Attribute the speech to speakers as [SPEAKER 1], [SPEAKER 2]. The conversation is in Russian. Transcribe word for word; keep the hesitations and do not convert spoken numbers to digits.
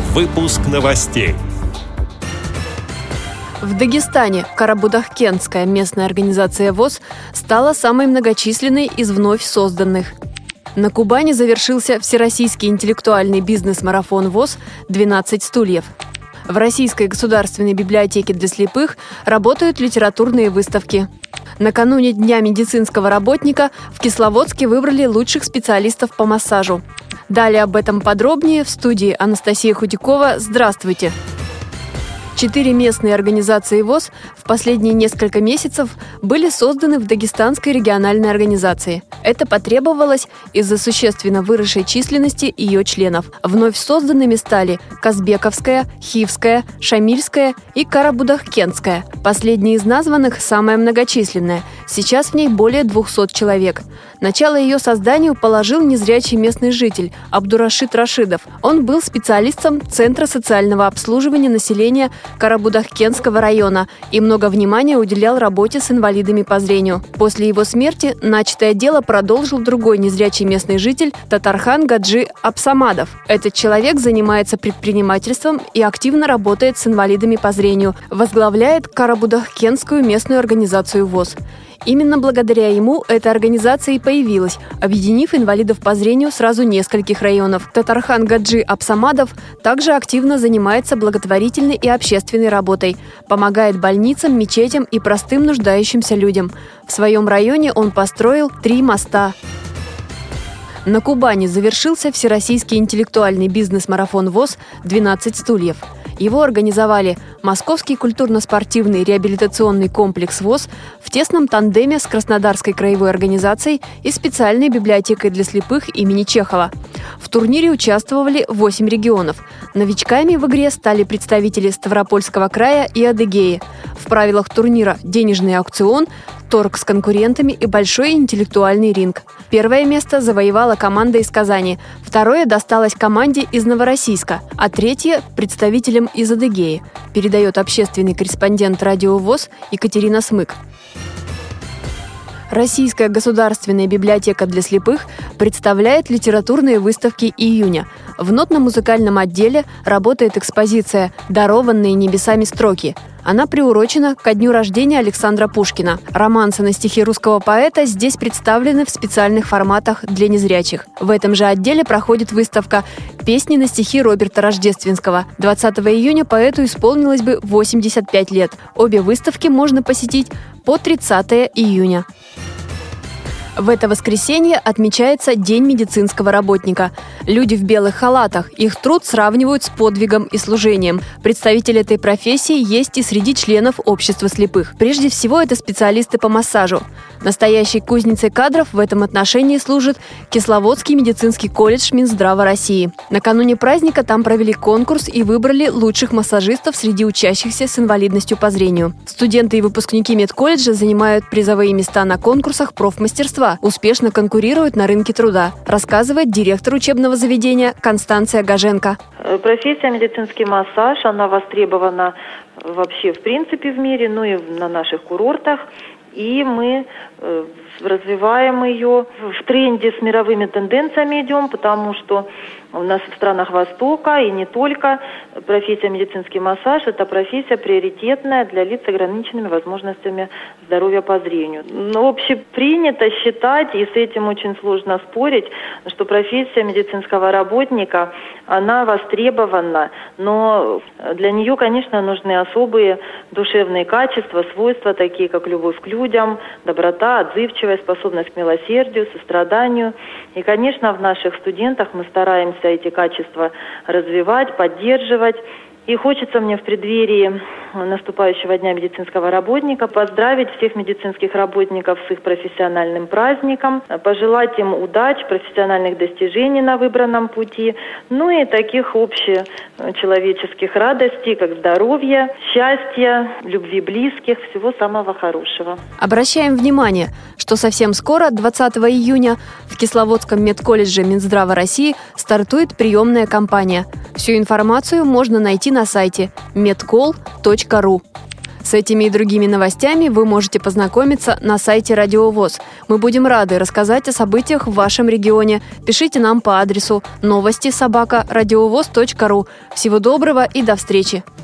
[SPEAKER 1] Выпуск новостей.
[SPEAKER 2] В Дагестане Карабудахкентская местная организация ВОС стала самой многочисленной из вновь созданных. На Кубани завершился Всероссийский интеллектуальный бизнес-марафон ВОС «двенадцать стульев». В Российской государственной библиотеке для слепых работают литературные выставки. Накануне Дня медицинского работника в Кисловодске выбрали лучших специалистов по массажу. Далее об этом подробнее в студии Анастасия Худякова. Здравствуйте! Четыре местные организации ВОС в последние несколько месяцев были созданы в Дагестанской региональной организации. Это потребовалось из-за существенно выросшей численности ее членов. Вновь созданными стали Казбековская, Хивская, Шамильская и Карабудахкентская. Последняя из названных самая многочисленная. Сейчас в ней более двухсот человек. Начало ее созданию положил незрячий местный житель Абдурашид Рашидов. Он был специалистом Центра социального обслуживания населения Карабудахкентского района и много внимания уделял работе с инвалидами по зрению. После его смерти начатое дело продолжил другой незрячий местный житель Татархан Гаджи Абсамадов. Этот человек занимается предпринимательством и активно работает с инвалидами по зрению, возглавляет Карабудахкентскую местную организацию ВОС. Именно благодаря ему эта организация и появилась, объединив инвалидов по зрению сразу нескольких районов. Татархан Гаджи Абсамадов также активно занимается благотворительной и общественной работой, помогает больницам, мечетям и простым нуждающимся людям. В своем районе он построил три моста. На Кубани завершился Всероссийский интеллектуальный бизнес-марафон ВОС «двенадцать стульев». Его организовали Московский культурно-спортивный реабилитационный комплекс ВОС в тесном тандеме с Краснодарской краевой организацией и специальной библиотекой для слепых имени Чехова. В турнире участвовали восемь регионов. Новичками в игре стали представители Ставропольского края и Адыгеи. В правилах турнира денежный аукцион, торг с конкурентами и большой интеллектуальный ринг. Первое место завоевала команда из Казани, второе досталось команде из Новороссийска, а третье – представителям из Адыгеи, передает общественный корреспондент радио ВОС Екатерина Смык. Российская государственная библиотека для слепых представляет литературные выставки июня. В нотно-музыкальном отделе работает экспозиция «Дарованные небесами строки». Она приурочена ко дню рождения Александра Пушкина. Романсы на стихи русского поэта здесь представлены в специальных форматах для незрячих. В этом же отделе проходит выставка «Песни на стихи Роберта Рождественского». двадцатого июня поэту исполнилось бы восемьдесят пять лет. Обе выставки можно посетить по тридцатого июня. В это воскресенье отмечается День медицинского работника. Люди в белых халатах. Их труд сравнивают с подвигом и служением. Представители этой профессии есть и среди членов общества слепых. Прежде всего, это специалисты по массажу. Настоящей кузницей кадров в этом отношении служит Кисловодский медицинский колледж Минздрава России. Накануне праздника там провели конкурс и выбрали лучших массажистов среди учащихся с инвалидностью по зрению. Студенты и выпускники медколледжа занимают призовые места на конкурсах профмастерства, успешно конкурируют на рынке труда, рассказывает директор учебного заведения Констанция Гаженко.
[SPEAKER 3] Профессия медицинский массаж, она востребована вообще в принципе в мире, ну и на наших курортах. И мы э, развиваем ее в тренде с мировыми тенденциями идем, потому что у нас в странах Востока и не только профессия медицинский массаж – это профессия приоритетная для лиц с ограниченными возможностями здоровья по зрению. Но общепринято считать, и с этим очень сложно спорить, что профессия медицинского работника, она востребована, но для нее, конечно, нужны особые душевные качества, свойства, такие как любовь к людям, доброта, отзывчивость, способность к милосердию, состраданию. И, конечно, в наших студентах мы стараемся эти качества развивать, поддерживать. И хочется мне в преддверии наступающего Дня медицинского работника поздравить всех медицинских работников с их профессиональным праздником, пожелать им удач, профессиональных достижений на выбранном пути, ну и таких общечеловеческих радостей, как здоровье, счастья, любви близких, всего самого хорошего.
[SPEAKER 2] Обращаем внимание, что совсем скоро, двадцатого июня, в Кисловодском медколледже Минздрава России стартует приемная кампания. Всю информацию можно найти на сайте медкол точка ру. С этими и другими новостями вы можете познакомиться на сайте Радио ВОС. Мы будем рады рассказать о событиях в вашем регионе. Пишите нам по адресу новости собака радиовоз точка ру. Всего доброго и до встречи!